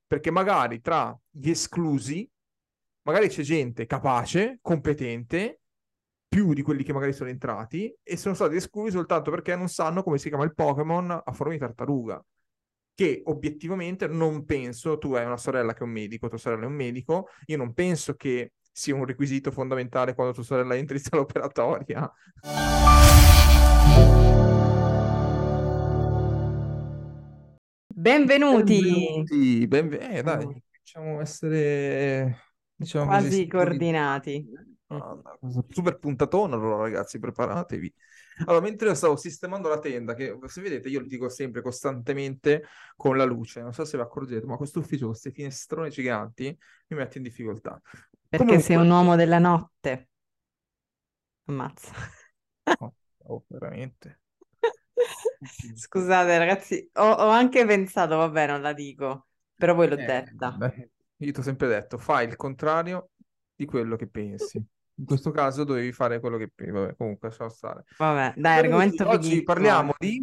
perché magari tra gli esclusi, magari c'è gente capace, competente, più di quelli che magari sono entrati, e sono stati esclusi soltanto perché non sanno come si chiama il Pokémon a forma di tartaruga. Che obiettivamente non penso, tu hai una sorella che è un medico, tua sorella è un medico, io non penso che sia un requisito fondamentale quando tua sorella entra in sala operatoria. Benvenuti, Benvenuti, dai, cominciamo a essere, diciamo così, quasi sintonizzati. coordinati. Mm. Una cosa super puntatona, allora ragazzi, preparatevi. Allora, mentre io stavo sistemando la tenda, che se vedete io litigo sempre costantemente con la luce, non so se vi accorgete, ma questo ufficio con queste finestrone giganti mi mette in difficoltà. Perché sei un Comunque, uomo della notte. Ammazza. oh, oh, veramente. Scusate ragazzi, ho anche pensato, vabbè, non la dico, però poi l'ho detta. Beh, io ti ho sempre detto, fai il contrario di quello che pensi. In questo caso dovevi fare quello che pensi. Vabbè, comunque, lasciamo stare. Vabbè, dai, Benvenuti. argomento Oggi fighissimo. parliamo di...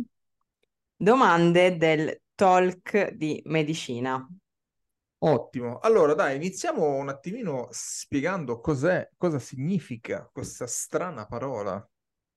Domande del talk di medicina. Ottimo. Allora, dai, iniziamo un attimino spiegando cosa significa questa strana parola.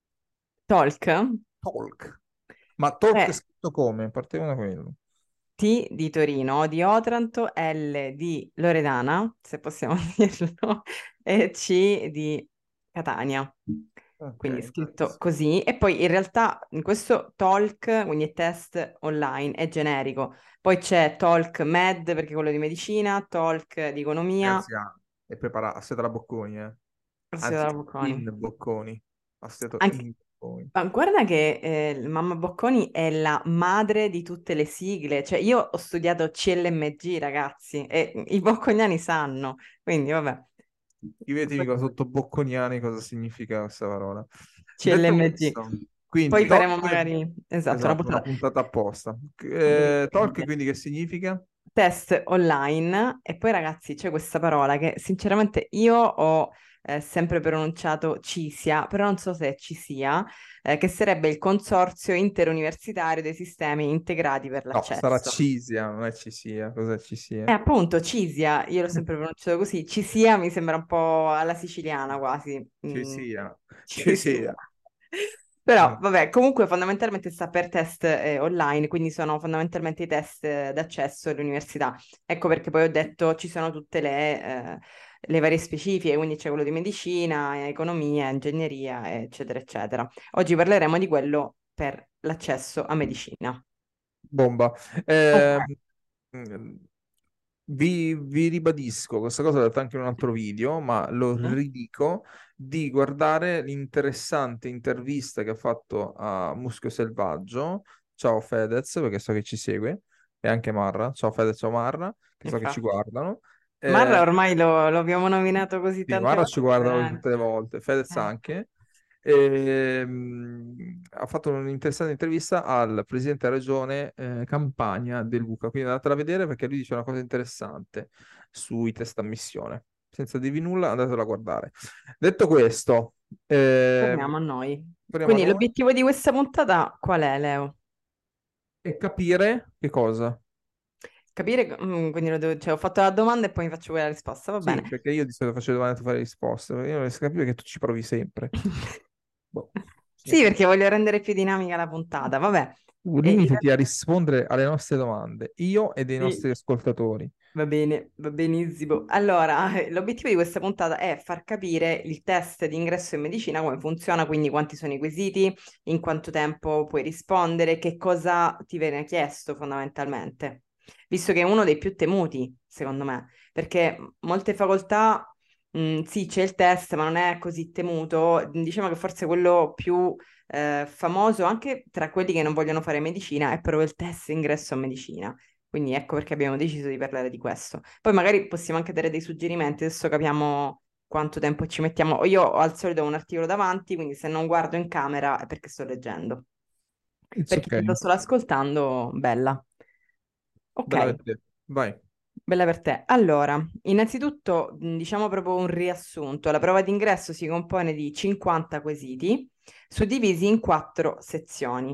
Talk? Talk. Ma talk Eh, scritto come? Partiamo da quello. T di Torino, O di Otranto, L di Loredana, se possiamo dirlo, e C di Catania. Ok, Quindi scritto benissimo. così. E poi in realtà in questo talk, quindi è test online, è generico. Poi c'è talk med, perché è quello di medicina, talk di economia. Ragazzi, è preparato, siete la Bocconi, eh? Sì, Anzi, dalla Bocconi. in Bocconi. Siete Anche- in Bocconi. Ma guarda che Mamma Bocconi è la madre di tutte le sigle, cioè io ho studiato CLMG ragazzi e i bocconiani sanno, quindi vabbè, Scrivetemi qua sotto bocconiani cosa significa questa parola. Detto CLMG. questo, quindi Poi faremo talk, magari, esatto, una esatto, una puntata. puntata apposta. Talk Esattamente. quindi che significa? Test online e poi ragazzi c'è questa parola che sinceramente io ho sempre pronunciato CISIA, però non so se ci sia, che sarebbe il Consorzio Interuniversitario dei Sistemi Integrati per No, sarà l'Accesso. Cisia, non è Cisia. Cos'è E Cisia? appunto CISIA, io l'ho sempre pronunciato così, CISIA mi sembra un po' alla siciliana quasi. Cisia, CISIA. Cisia. Però, vabbè, comunque fondamentalmente sta per test online, quindi sono fondamentalmente i test d'accesso all'università. Ecco perché poi ho detto ci sono tutte le varie specifiche, quindi c'è quello di medicina, economia, ingegneria, eccetera, eccetera. Oggi parleremo di quello per l'accesso a medicina. Bomba. Ok. Eh, mm, vi ribadisco, questa cosa l'ho detto anche in un altro video, ma lo Mm. ridico, di guardare l'interessante intervista che ha fatto a Muschio Selvaggio. Ciao Fedez, perché so che ci segue, e anche Marra. Ciao Fedez, ciao Marra, che so che ci Infatti. guardano. Marra Eh, ormai lo abbiamo nominato così sì, tante Marra ci volte. guarda tutte le volte, Fedez Eh. anche. Ha fatto un'interessante intervista al presidente della regione Campania De Luca, quindi andatela a vedere perché lui dice una cosa interessante sui test ammissione. Senza dirvi nulla, andatela a guardare. Detto questo, Torniamo a noi. torniamo a Quindi noi l'obiettivo di questa puntata qual è, Leo? e capire che cosa. Capire, quindi cioè, ho fatto la domanda e poi mi faccio quella risposta, va Sì, bene. perché io di solito faccio le domande e tu fai le risposte, perché io non riesco a capire che tu ci provi sempre. Boh, sì. Sì, perché voglio rendere più dinamica la puntata, vabbè. Tu In limitati a realtà, rispondere alle nostre domande, io e dei sì. nostri ascoltatori. Va bene, va benissimo. Allora, l'obiettivo di questa puntata è far capire il test di ingresso in medicina, come funziona, quindi quanti sono i quesiti, in quanto tempo puoi rispondere, che cosa ti viene chiesto fondamentalmente, visto che è uno dei più temuti, secondo me, perché molte facoltà, sì, c'è il test, ma non è così temuto. Diciamo che forse quello più famoso anche tra quelli che non vogliono fare medicina è proprio il test ingresso a medicina. Quindi ecco perché abbiamo deciso di parlare di questo. Poi magari possiamo anche dare dei suggerimenti, adesso capiamo quanto tempo ci mettiamo. Io ho al solito un articolo davanti, quindi se non guardo in camera è perché sto leggendo. It's Per chi ok, lo sto ascoltando, bella. Ok, bella vedere. Vai. bella per te. Allora, innanzitutto diciamo proprio un riassunto. La prova d'ingresso si compone di 50 quesiti, suddivisi in 4 sezioni.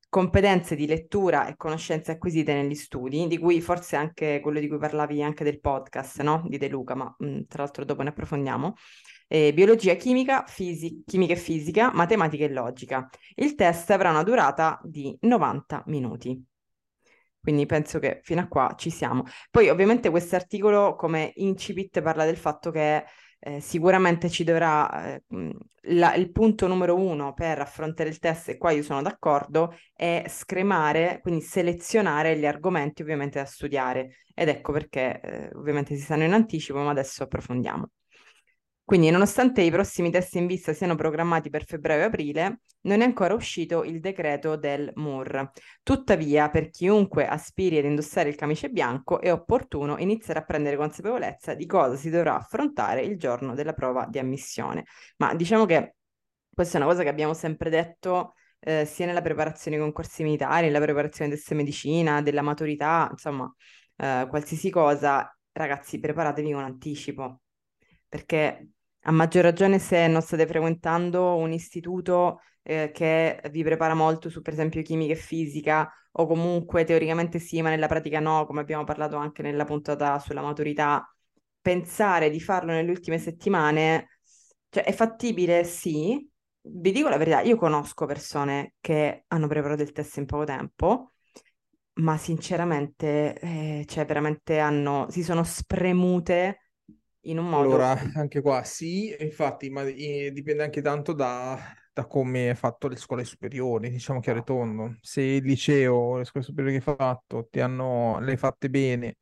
competenze di lettura e conoscenze acquisite negli studi, di cui forse anche quello di cui parlavi anche del podcast, no? Di De Luca, ma tra l'altro dopo ne approfondiamo. Biologia, chimica e fisica, matematica e logica. Il test avrà una durata di 90 minuti. Quindi penso che fino a qua ci siamo. Poi ovviamente questo articolo come incipit parla del fatto che sicuramente ci dovrà, il punto numero uno per affrontare il test, e qua io sono d'accordo, è scremare, quindi selezionare gli argomenti ovviamente da studiare. Ed ecco perché ovviamente si sanno in anticipo, ma adesso approfondiamo. Quindi, nonostante i prossimi test in vista siano programmati per febbraio e aprile, non è ancora uscito il decreto del MUR. Tuttavia, per chiunque aspiri ad indossare il camice bianco, è opportuno iniziare a prendere consapevolezza di cosa si dovrà affrontare il giorno della prova di ammissione. Ma diciamo che questa è una cosa che abbiamo sempre detto, sia nella preparazione ai concorsi militari, nella preparazione del test medicina, della maturità, insomma, qualsiasi cosa, ragazzi, preparatevi con anticipo, perché a maggior ragione se non state frequentando un istituto che vi prepara molto su, per esempio, chimica e fisica, o comunque teoricamente sì, ma nella pratica no, come abbiamo parlato anche nella puntata sulla maturità, pensare di farlo nelle ultime settimane, cioè è fattibile, sì. Vi dico la verità, io conosco persone che hanno preparato il test in poco tempo, ma sinceramente, cioè veramente si sono spremute in un modo. Allora, anche qua sì, infatti, ma dipende anche tanto da come hai fatto le scuole superiori, diciamo chiaro e tondo. Se il liceo o le scuole superiori che hai fatto le hai fatte bene,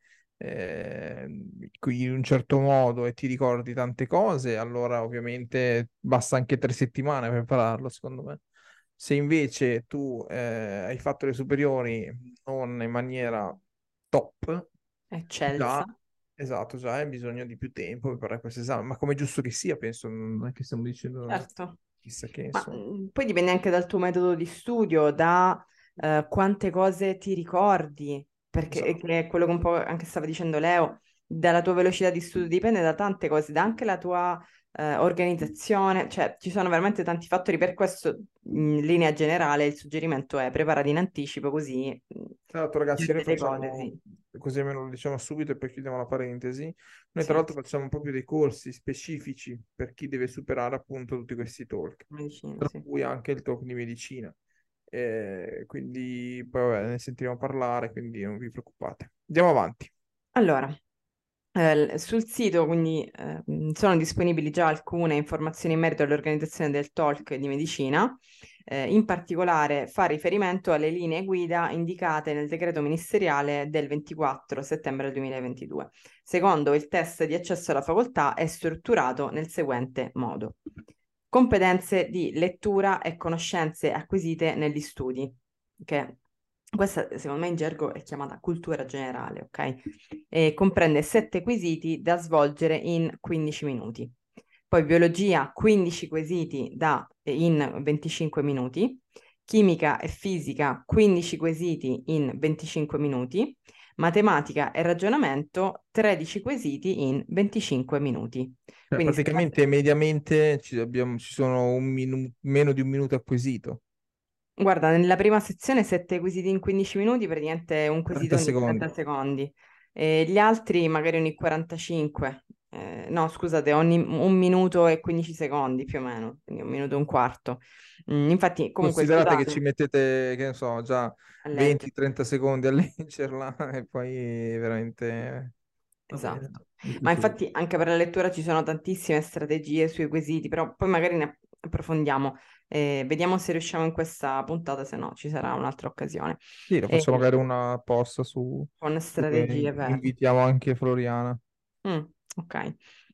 in un certo modo e ti ricordi tante cose, allora ovviamente basta anche 3 settimane per prepararlo, secondo me. Se invece tu hai fatto le superiori non in maniera top, Eccelsa. già, esatto, già hai bisogno di più tempo per preparare questo esame, ma come è giusto che sia, penso, non è che stiamo dicendo Certo, chissà che, ma insomma. poi dipende anche dal tuo metodo di studio, da quante cose ti ricordi, perché Esatto. che è quello che un po' anche stava dicendo Leo, dalla tua velocità di studio dipende da tante cose, da anche la tua organizzazione, cioè ci sono veramente tanti fattori, per questo in linea generale il suggerimento è preparati in anticipo così Tra l'altro, ragazzi, noi delle facciamo, ipotesi. così almeno lo diciamo subito e poi chiudiamo la parentesi, noi tra Sì, l'altro facciamo proprio dei corsi specifici per chi deve superare appunto tutti questi talk, medicina, tra sì. cui anche il talk di medicina. Quindi poi vabbè, ne sentiremo parlare, quindi non vi preoccupate. Andiamo avanti. Allora, sul sito quindi sono disponibili già alcune informazioni in merito all'organizzazione del talk di medicina, in particolare fa riferimento alle linee guida indicate nel decreto ministeriale del 24 settembre 2022. Secondo il test di accesso alla facoltà è strutturato nel seguente modo. Competenze di lettura e conoscenze acquisite negli studi, che questa secondo me in gergo è chiamata cultura generale, ok? E comprende 7 quesiti da svolgere in 15 minuti. Poi biologia, 15 quesiti in 25 minuti. Chimica e fisica, 15 quesiti in 25 minuti. Matematica e ragionamento, 13 quesiti in 25 minuti. Cioè, Quindi praticamente mediamente ci sono meno di un minuto acquisito, guarda, nella prima sezione 7 quesiti in 15 minuti, praticamente un quesito 30 ogni secondi. 30 secondi. E gli altri magari ogni 45. No, scusate, ogni 1 minuto e 15 secondi più o meno, quindi 1 minuto e un quarto. Infatti, comunque, Considerate che ci scusate, mettete, che ne so, già a leggere. 20-30 secondi a leggerla e poi veramente va bene. Esatto. Ma Difficile. infatti anche per la lettura ci sono tantissime strategie sui quesiti, però poi magari ne approfondiamo. Vediamo se riusciamo in questa puntata, se no ci sarà un'altra occasione. Sì, lo Eh, facciamo magari una posta su con dove strategie per... invitiamo anche Floriana. Mm, ok.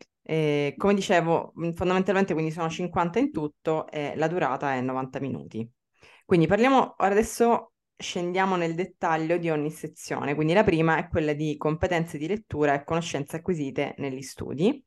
Come dicevo, fondamentalmente quindi sono 50 in tutto e la durata è 90 minuti. Quindi parliamo, ora adesso scendiamo nel dettaglio di ogni sezione. Quindi la prima è quella di competenze di lettura e conoscenze acquisite negli studi.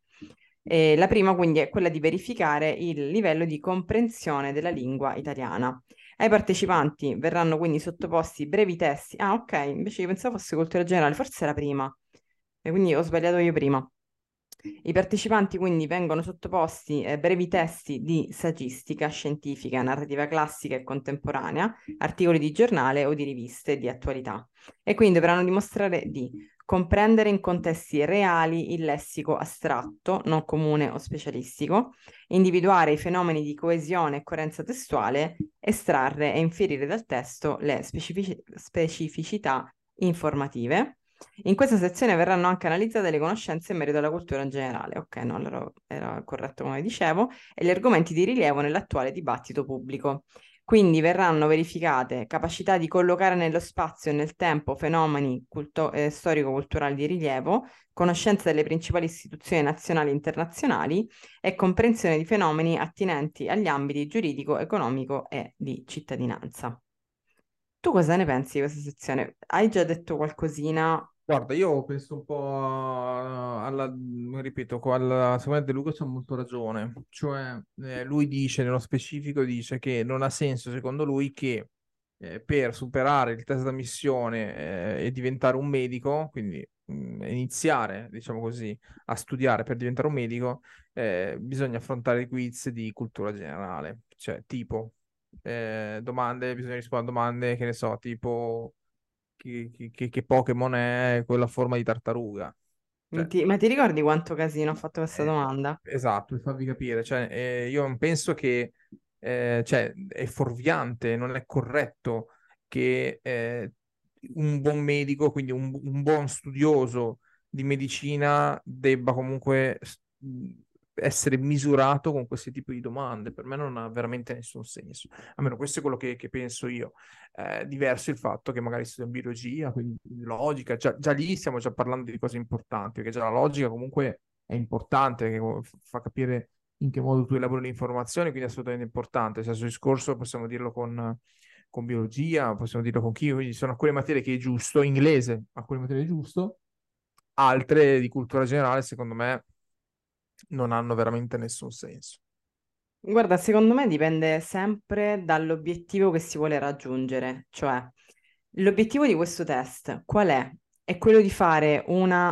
La prima quindi è quella di verificare il livello di comprensione della lingua italiana. Ai partecipanti verranno quindi sottoposti brevi testi. Ah, ok, invece io pensavo fosse cultura generale, forse era prima. E quindi ho sbagliato io prima. I partecipanti quindi vengono sottoposti a brevi testi di saggistica scientifica, narrativa classica e contemporanea, articoli di giornale o di riviste di attualità e quindi dovranno dimostrare di comprendere in contesti reali il lessico astratto, non comune o specialistico, individuare i fenomeni di coesione e coerenza testuale, estrarre e inferire dal testo le specificità informative. In questa sezione verranno anche analizzate le conoscenze in merito alla cultura in generale. Ok, no, allora era corretto come dicevo, e gli argomenti di rilievo nell'attuale dibattito pubblico. Quindi verranno verificate capacità di collocare nello spazio e nel tempo fenomeni storico-culturali di rilievo, conoscenza delle principali istituzioni nazionali e internazionali e comprensione di fenomeni attinenti agli ambiti giuridico, economico e di cittadinanza. Tu cosa ne pensi di questa sezione? Hai già detto qualcosina? Guarda, io penso un po' ripeto, secondo me De Luca c'ha molto ragione, cioè lui dice, nello specifico dice che non ha senso secondo lui che per superare il test d'ammissione e diventare un medico, quindi iniziare, diciamo così, a studiare per diventare un medico, bisogna affrontare i quiz di cultura generale, cioè tipo domande, bisogna rispondere a domande, che ne so, tipo che Pokémon è quella forma di tartaruga. Cioè, Ma ti ricordi quanto casino ho fatto questa domanda? esatto, per farvi capire. Cioè, io non penso che cioè, è fuorviante, non è corretto che un buon medico, quindi un buon studioso di medicina debba comunque essere misurato con questi tipi di domande. Per me non ha veramente nessun senso. Almeno questo è quello che penso io. Diverso il fatto che magari studio biologia, quindi logica, già lì stiamo già parlando di cose importanti, perché già la logica comunque è importante, perché fa capire in che modo tu elabori le informazioni, quindi è assolutamente importante. Stesso discorso possiamo dirlo con biologia, possiamo dirlo con chimica, quindi sono alcune materie che è giusto, inglese, alcune materie è giusto, altre di cultura generale, secondo me, non hanno veramente nessun senso. Guarda, secondo me dipende sempre dall'obiettivo che si vuole raggiungere, cioè l'obiettivo di questo test qual è? È quello di fare una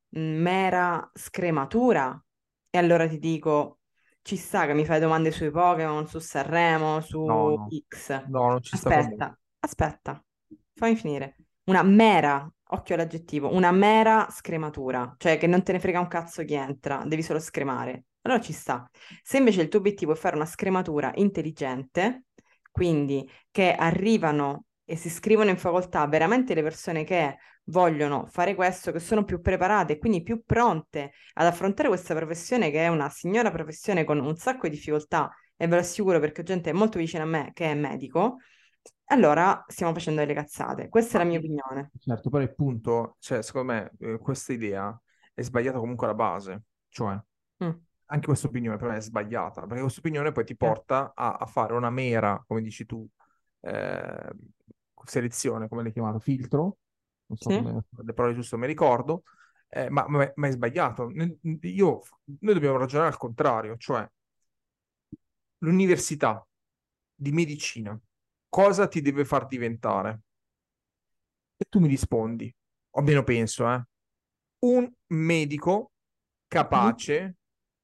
mera scrematura? E allora ti dico, ci sta che mi fai domande sui Pokémon, su Sanremo, No, su no, X. no, non ci sta proprio. Aspetta, fammi finire. Una mera, occhio all'aggettivo, una mera scrematura, cioè che non te ne frega un cazzo chi entra, devi solo scremare. Allora ci sta. Se invece il tuo obiettivo è fare una scrematura intelligente, quindi che arrivano e si iscrivono in facoltà veramente le persone che vogliono fare questo, che sono più preparate e quindi più pronte ad affrontare questa professione che è una signora professione con un sacco di difficoltà, e ve lo assicuro perché ho gente molto vicina a me che è medico, allora stiamo facendo delle cazzate. Questa è la mia opinione. Certo, però il punto, cioè, secondo me, questa idea è sbagliata comunque alla base, cioè, Mm, anche questa opinione per me è sbagliata, perché questa opinione poi ti sì. porta a fare una mera, come dici tu, eh, selezione, come l'hai chiamato, filtro, non so Sì? come le parole giuste, non mi ricordo, ma è sbagliato. Noi dobbiamo ragionare al contrario, cioè l'università di medicina, cosa ti deve far diventare? E tu mi rispondi, o almeno penso, un medico Mhm. capace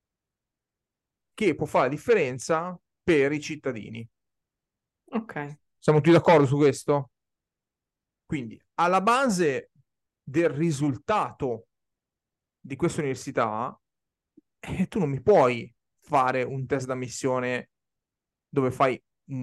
che può fare la differenza per i cittadini. Ok. Siamo tutti d'accordo su questo? Quindi, alla base del risultato di questa università, tu non mi puoi fare un test d'ammissione dove fai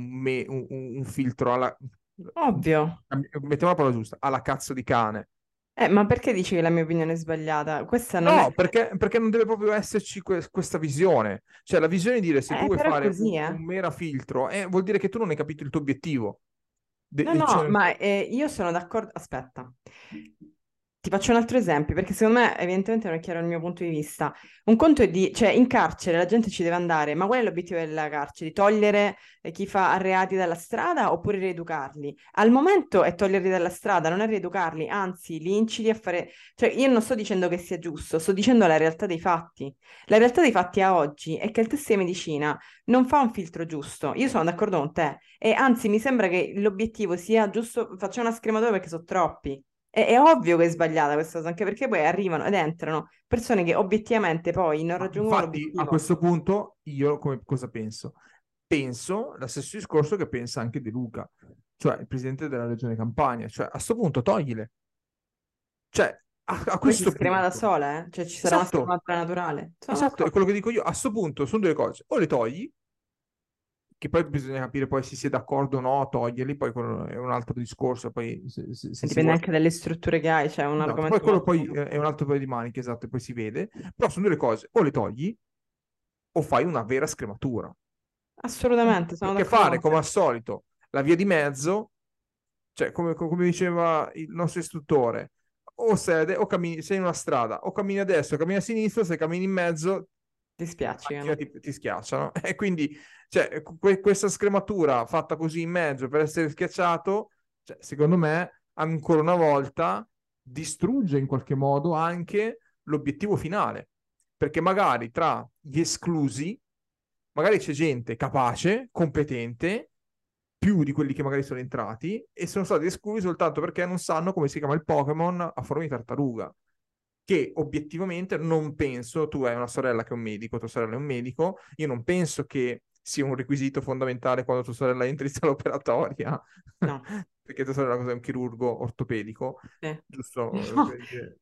un filtro Ovvio. mettiamo la parola giusta, alla cazzo di cane. Ma perché dici che la mia opinione è sbagliata? Questa non è... No, perché non deve proprio esserci questa visione. Cioè, la visione di dire se tu vuoi Però è fare così, un mera filtro, vuol dire che tu non hai capito il tuo obiettivo. No, no, Cioè, ma io sono d'accordo. Aspetta, ti faccio un altro esempio, perché secondo me evidentemente non è chiaro il mio punto di vista. Un conto è di, cioè in carcere la gente ci deve andare, ma qual è l'obiettivo della carcere? Togliere chi fa reati dalla strada oppure rieducarli? Al momento è toglierli dalla strada, non è rieducarli, anzi li inciti a fare... Cioè io non sto dicendo che sia giusto, sto dicendo la realtà dei fatti. La realtà dei fatti a oggi è che il test di medicina non fa un filtro giusto. Io sono d'accordo con te. E anzi, mi sembra che l'obiettivo sia giusto, facciamo una scrematura perché sono troppi. È ovvio che è sbagliata questa cosa, anche perché poi arrivano ed entrano persone che obiettivamente poi non Ma raggiungono infatti, a l'obiettivo. questo punto, io cosa penso? Penso lo stesso discorso che pensa anche De Luca, cioè il presidente della regione Campania. Cioè, a questo punto toglile. Cioè, a Poi si questo screma da punto. sola, eh? Cioè ci sarà una Esatto, scrematura naturale. Sono esatto, è d'accordo. quello che dico io. A questo punto sono due cose. O le togli, che poi bisogna capire poi se si è d'accordo o no a toglierli, poi quello è un altro discorso, poi se si Dipende vuole. anche dalle strutture che hai, cioè è un Esatto, poi argomento quello molto poi è un complicato. altro paio di maniche, esatto, e poi si vede. Però sono due cose, o le togli o fai una vera scrematura. Assolutamente, sono Perché d'accordo fare con come te. al solito la via di mezzo, cioè come diceva il nostro istruttore, o sede o cammini, sei in una strada, o cammini a destra o cammini a sinistra, se cammini in mezzo Ti la macchina spiaccicano. ti schiacciano. E quindi cioè, questa scrematura fatta così in mezzo per essere schiacciato, cioè, secondo me, ancora una volta distrugge in qualche modo anche l'obiettivo finale. Perché magari tra gli esclusi, magari c'è gente capace, competente, più di quelli che magari sono entrati, e sono stati esclusi soltanto perché non sanno come si chiama il Pokémon a forma di tartaruga. Che obiettivamente non penso, tu hai una sorella che è un medico, tua sorella è un medico, io non penso che sia un requisito fondamentale quando tua sorella entra in sala operatoria, No. perché tua sorella è un chirurgo ortopedico, Sì. giusto? No.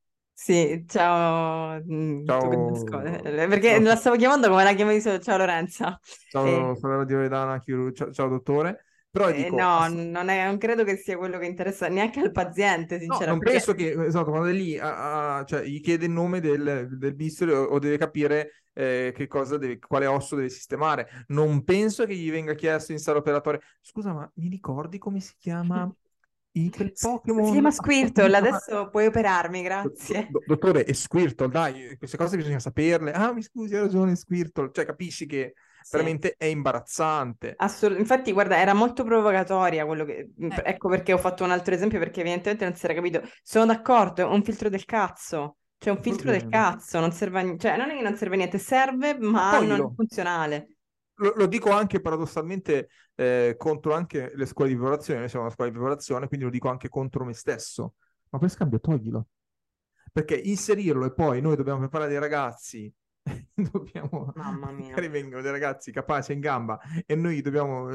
Sì, ciao, tu conosco, Ciao, perché ciao, la stavo chiamando come la chiamo di solito, ciao Lorenza. ciao, sorella di Loredana, ciao, ciao, dottore. Però dico, No, non credo che sia quello che interessa neanche al paziente, no, non sinceramente, penso perché che, esatto, quando è lì, cioè, gli chiede il nome del bisturi o deve capire che cosa deve, quale osso deve sistemare. Non penso che gli venga chiesto in sala operatoria, scusa, ma mi ricordi come si chiama quel si Pokémon chiama a forma Squirtle, di adesso puoi operarmi, grazie. Dottore, è Squirtle, dai, queste cose bisogna saperle. Ah, mi scusi, hai ragione, Squirtle. Cioè, capisci che Sì. veramente è imbarazzante. Infatti, guarda, era molto provocatoria quello che... Eh, Ecco perché ho fatto un altro esempio, perché evidentemente non si era capito. Sono d'accordo, è un filtro del cazzo. Cioè, un Va filtro del bene. cazzo, non serve a... Cioè, non è che non serve a niente, serve, Ma ma non è toglilo. funzionale. Lo dico anche paradossalmente contro anche le scuole di preparazione, noi siamo una scuola di preparazione, quindi lo dico anche contro me stesso. Ma per scambio toglilo, perché inserirlo e poi noi dobbiamo preparare dei ragazzi, dobbiamo, Mamma mia. magari vengono dei ragazzi capaci in gamba e noi dobbiamo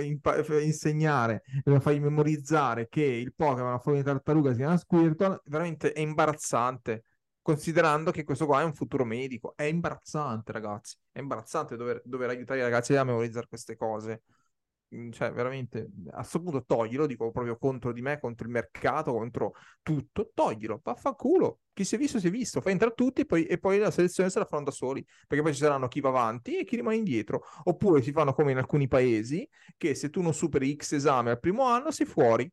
insegnare, dobbiamo fargli memorizzare che il Pokémon a forma di tartaruga si chiama Squirtle, veramente è imbarazzante. Considerando che questo qua è un futuro medico, è imbarazzante, ragazzi. È imbarazzante dover aiutare i ragazzi a memorizzare queste cose. Cioè, veramente, a questo punto toglilo, dico proprio contro di me, contro il mercato, contro tutto, toglilo, vaffanculo. Chi si è visto, fai entrare tutti e poi la selezione se la fanno da soli, perché poi ci saranno chi va avanti e chi rimane indietro. Oppure si fanno come in alcuni paesi, che se tu non superi X esame al primo anno sei fuori.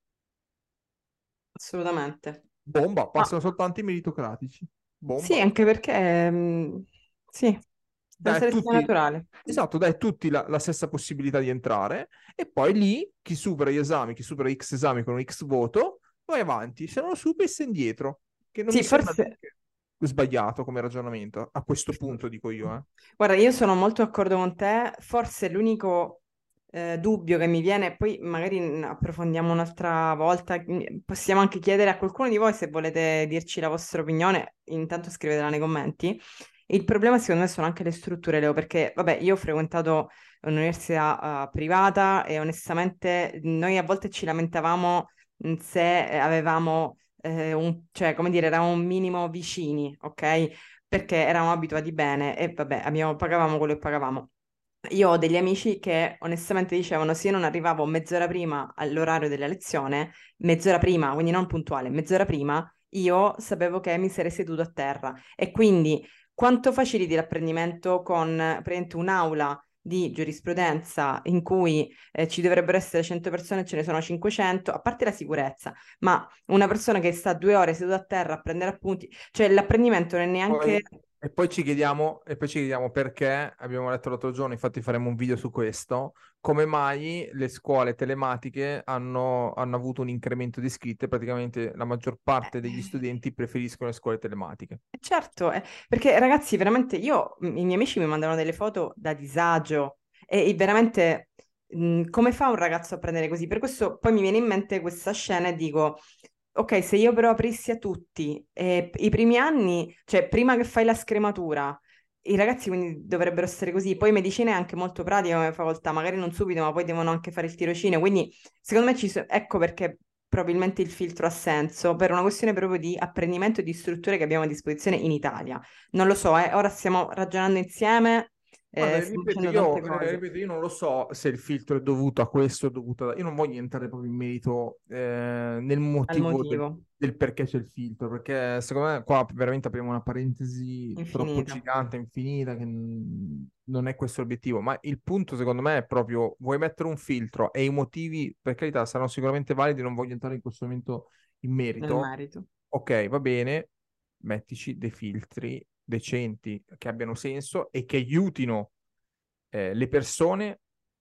Assolutamente. Bomba, Ma passano soltanto i meritocratici. sì, Bomba. anche perché sì, è una Dai a selezione tutti, naturale. esatto, dai a tutti la stessa possibilità di entrare e poi lì chi supera gli esami, chi supera X esami con un X voto, vai avanti, se non lo superi stai indietro, che non mi Sì, sembra forse. neanche sbagliato come ragionamento, a questo punto dico io, eh. Guarda, io sono molto d'accordo con te, forse l'unico dubbio che mi viene, poi magari approfondiamo un'altra volta, possiamo anche chiedere a qualcuno di voi se volete dirci la vostra opinione, intanto scrivetela nei commenti. Il problema secondo me sono anche le strutture, Leo, perché vabbè, io ho frequentato un'università privata e onestamente noi a volte ci lamentavamo se avevamo cioè, come dire, eravamo un minimo vicini, ok? Perché eravamo abituati bene e vabbè, pagavamo quello che pagavamo. Io ho degli amici che onestamente dicevano se io non arrivavo mezz'ora prima all'orario della lezione, mezz'ora prima, quindi non puntuale, mezz'ora prima, io sapevo che mi sarei seduto a terra. E quindi quanto faciliti l'apprendimento con praticamente un'aula di giurisprudenza in cui ci dovrebbero essere 100 persone e ce ne sono 500, a parte la sicurezza, ma una persona che sta 2 ore seduta a terra a prendere appunti, cioè l'apprendimento non è neanche... E poi ci chiediamo perché, abbiamo letto l'altro giorno, infatti faremo un video su questo, come mai le scuole telematiche hanno avuto un incremento di iscritte, praticamente la maggior parte degli studenti preferiscono le scuole telematiche. Certo, perché ragazzi, veramente i miei amici mi mandano delle foto da disagio e veramente come fa un ragazzo a prendere così? Per questo poi mi viene in mente questa scena e dico, ok, se io però aprissi a tutti, i primi anni, cioè prima che fai la scrematura, i ragazzi quindi dovrebbero essere così. Poi medicina è anche molto pratica come facoltà, magari non subito, ma poi devono anche fare il tirocinio. Quindi secondo me ecco perché probabilmente il filtro ha senso, per una questione proprio di apprendimento e di strutture che abbiamo a disposizione in Italia. Non lo so, ora stiamo ragionando insieme, Guarda, stiamo facendo tante cose ripeto, io non lo so se il filtro è dovuto a questo o dovuto a... Io non voglio entrare proprio in merito nel al motivo motivo, del perché c'è il filtro, perché secondo me qua veramente apriamo una parentesi troppo infinita, gigante, infinita, che non è questo l'obiettivo. Ma il punto secondo me è proprio, vuoi mettere un filtro e i motivi, per carità, saranno sicuramente validi, non voglio entrare in questo momento in nel merito. merito. Ok, va bene, mettici dei filtri decenti che abbiano senso e che aiutino le persone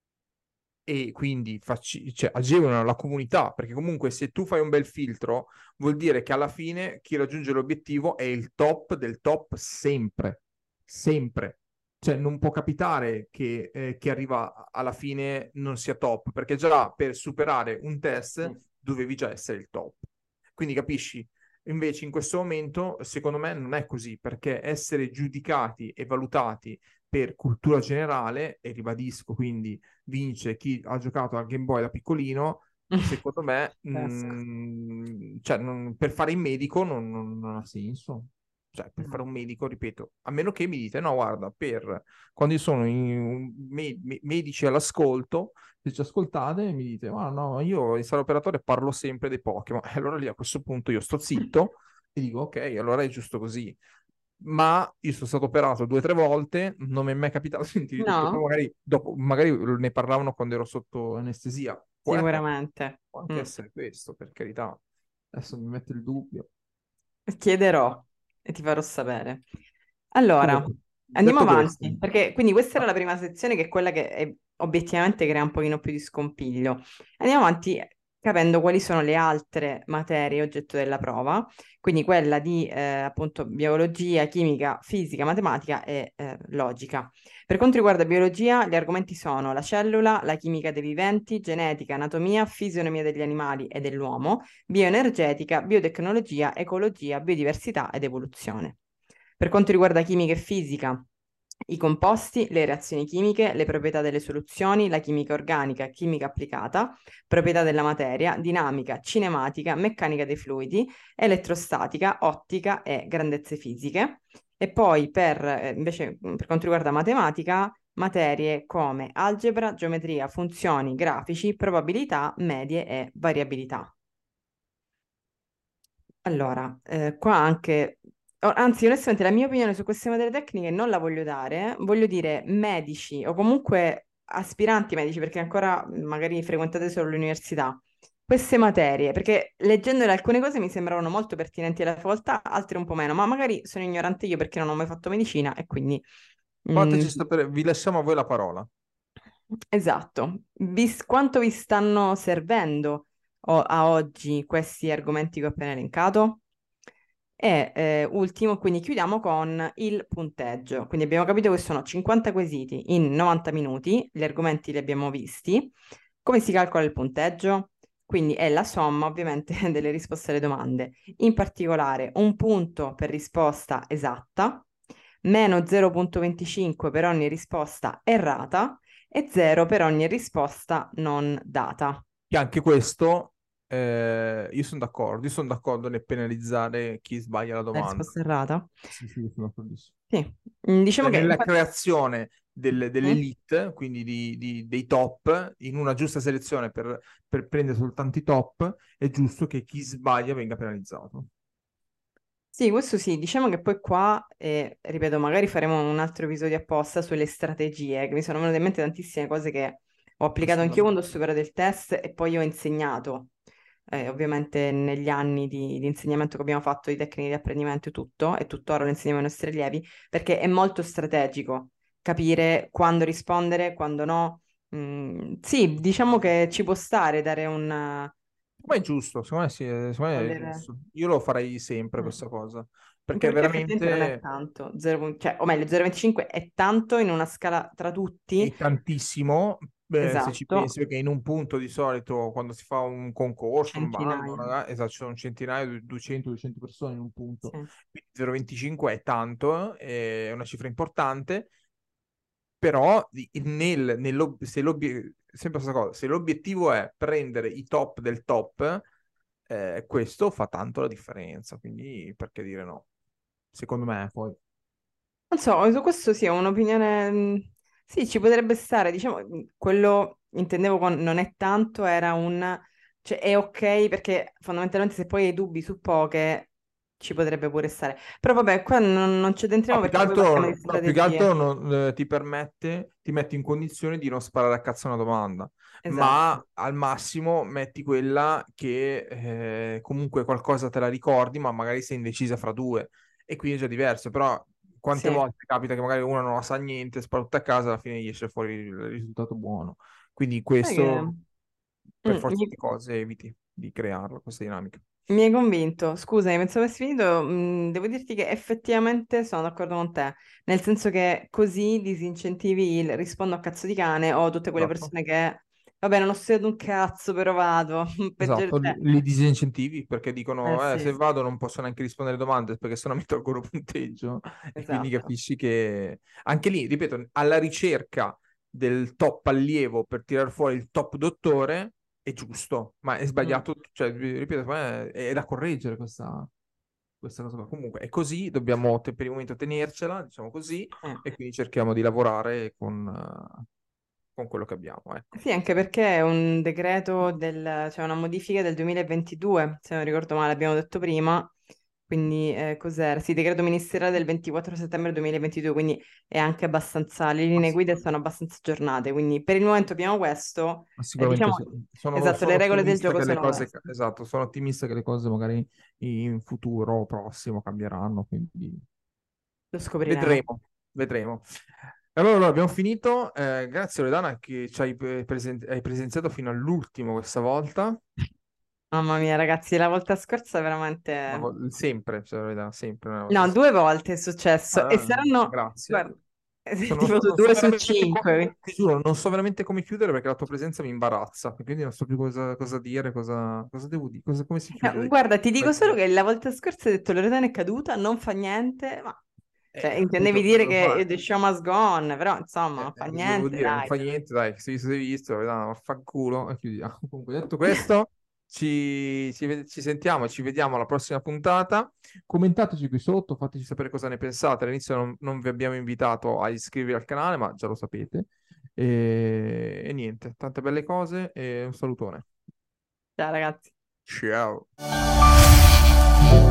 e quindi cioè, agevolano la comunità, perché comunque se tu fai un bel filtro vuol dire che alla fine chi raggiunge l'obiettivo è il top del top sempre, sempre. Cioè non può capitare che chi arriva alla fine non sia top, perché già per superare un test Sì. dovevi già essere il top. Quindi capisci? Invece in questo momento, secondo me, non è così, perché essere giudicati e valutati per cultura generale, e ribadisco, quindi vince chi ha giocato al Game Boy da piccolino, secondo me, Pazzesco. cioè, per fare il medico non ha senso. Cioè, per fare No. un medico, ripeto, a meno che mi dite, no, guarda, quando io sono medici all'ascolto, se ci ascoltate mi dite, ma no, io in sala operatore parlo sempre dei Pokémon. E allora lì a questo punto io sto zitto e dico, ok, allora è giusto così. Ma io sono stato operato 2 o 3 volte, non mi è mai capitato di sentire tutto. Poi No? magari ne parlavano quando ero sotto anestesia. Sicuramente. Può anche Mm. essere questo, per carità. Adesso mi mette il dubbio. Chiederò e ti farò sapere. Allora, Comunque, andiamo detto questo, avanti, perché quindi questa era ah, la prima sezione che è quella che obiettivamente crea un pochino più di scompiglio. Andiamo avanti capendo quali sono le altre materie oggetto della prova, quindi quella di appunto biologia, chimica, fisica, matematica e logica. Per quanto riguarda biologia, gli argomenti sono la cellula, la chimica dei viventi, genetica, anatomia, fisionomia degli animali e dell'uomo, bioenergetica, biotecnologia, ecologia, biodiversità ed evoluzione. Per quanto riguarda chimica e fisica, i composti, le reazioni chimiche, le proprietà delle soluzioni, la chimica organica, chimica applicata, proprietà della materia, dinamica, cinematica, meccanica dei fluidi, elettrostatica, ottica e grandezze fisiche. E poi invece per quanto riguarda matematica, materie come algebra, geometria, funzioni, grafici, probabilità, medie e variabilità. Allora, qua anche, anzi, onestamente, la mia opinione su queste materie tecniche non la voglio dare, voglio dire medici o comunque aspiranti medici, perché ancora magari frequentate solo l'università. Queste materie, perché leggendole alcune cose mi sembravano molto pertinenti alla facoltà, altre un po' meno, ma magari sono ignorante io perché non ho mai fatto medicina e quindi... mm, vi lasciamo a voi la parola. esatto. Quanto vi stanno servendo a oggi questi argomenti che ho appena elencato? E ultimo, quindi chiudiamo con il punteggio. Quindi abbiamo capito che sono 50 quesiti in 90 minuti, gli argomenti li abbiamo visti. Come si calcola il punteggio? Quindi è la somma ovviamente delle risposte alle domande. In particolare un punto per risposta esatta, meno 0,25 per ogni risposta errata e 0 per ogni risposta non data. Che anche questo, io sono d'accordo nel penalizzare chi sbaglia la La domanda. risposta errata? Sì, sì, sono d'accordissimo. Sì. Diciamo che Nella infatti... creazione Mm? dell'elite, quindi dei top, in una giusta selezione per prendere soltanto i top, è giusto che chi sbaglia venga penalizzato. Sì, questo sì, diciamo che poi qua, ripeto, magari faremo un altro episodio apposta sulle strategie, che mi sono venute in mente tantissime cose che ho applicato anch'io quando ho Assolutamente. superato il test e poi ho insegnato, ovviamente negli anni di insegnamento che abbiamo fatto, di tecniche di apprendimento e tutto, e tuttora lo insegniamo ai nostri allievi, perché è molto strategico capire quando rispondere, quando no. Sì, diciamo che ci può stare dare Ma è giusto, secondo me, sì, secondo me è delle... giusto. Io lo farei sempre Mm. questa cosa, Anche perché perché effettivamente non è veramente tanto, cioè, o meglio, 0,25 è tanto in una scala tra tutti, è tantissimo, Beh, se ci esatto, pensi, perché in un punto di solito quando si fa un concorso, un bando, centinaia, esatto, ci sono centinaia, 200-200 persone in un punto, sì. quindi 0,25 è tanto, è una cifra importante, però sempre la stessa cosa, se l'obiettivo è prendere i top del top, questo fa tanto la differenza, quindi perché dire no? Secondo me, poi. Non so, su questo sì, ho un'opinione, sì, ci potrebbe stare, diciamo, quello intendevo con non è tanto, era un, cioè è ok perché fondamentalmente se poi hai dubbi su poche ci potrebbe pure stare. Però vabbè, qua non ci No, addentriamo più che perché poi parliamo di altro, no, più che strategie. altro ti permette, ti metti in condizione di non sparare a cazzo una domanda, ma Esatto, al massimo metti quella che comunque qualcosa te la ricordi, ma magari sei indecisa fra due, e quindi è già diverso. Però quante sì. volte capita che magari uno non la sa niente, spara tutta a casa, alla fine gli esce fuori il risultato buono. Quindi Sai che questo, per forza mi, di cose, eviti di crearla, questa dinamica. mi hai convinto. Scusami, pensavo avessi finito. Devo dirti che effettivamente sono d'accordo con te, nel senso che così disincentivi il rispondo a cazzo di cane o tutte quelle Esatto. persone che, vabbè, non ho studiato un cazzo, però vado. Peggio di Esatto, te. li disincentivi perché Eh dicono sì, se vado non posso neanche rispondere alle domande perché sennò mi tolgono punteggio e quindi esatto. capisci che anche lì, ripeto, alla ricerca del top allievo per tirar fuori il top dottore è giusto, ma è Mm, sbagliato, cioè, ripeto, secondo me è da correggere questa cosa qua. Comunque è così, dobbiamo per il momento tenercela, diciamo così, eh. e quindi cerchiamo di lavorare con quello che abbiamo, ecco. Sì, anche perché è un decreto del, cioè una modifica del 2022, se non ricordo male, abbiamo detto prima. Quindi cos'era? Sì, decreto ministeriale del 24 settembre 2022, quindi è anche abbastanza, le linee guida sono abbastanza aggiornate, quindi per il momento abbiamo questo, Ma sicuramente diciamo, esatto, sono le regole del ottimista gioco che le sono cose, queste. esatto, sono ottimista che le cose magari in futuro prossimo cambieranno, quindi Lo scopriremo. vedremo, vedremo. Allora, abbiamo finito. Grazie Loredana che ci hai presenziato fino all'ultimo questa volta. Mamma mia, ragazzi, la volta scorsa Una veramente... sempre, cioè, Loredana, sempre una volta. No, due volte è successo e Ah, saranno, grazie. guarda, tipo su Non so due su veramente cinque. ti giuro, non so veramente come chiudere perché la tua presenza mi imbarazza, quindi non so più cosa dire, cosa devo dire, come si chiude. Guarda, ti dico solo che la volta scorsa hai detto Loredana è caduta, non fa niente, ma cioè, intendevi Appunto, cosa dire devo che fare? the show must go on, però insomma, non fa Cosa devo niente, dire? Non dai. fa niente, dai, se hai visto, no, vaffanculo, e chiudiamo. Comunque, detto questo, ci sentiamo, ci vediamo alla prossima puntata. Commentateci qui sotto, fateci sapere cosa ne pensate. All'inizio non vi abbiamo invitato a iscrivervi al canale, ma già lo sapete. E niente, tante belle cose e un salutone. Ciao ragazzi. Ciao.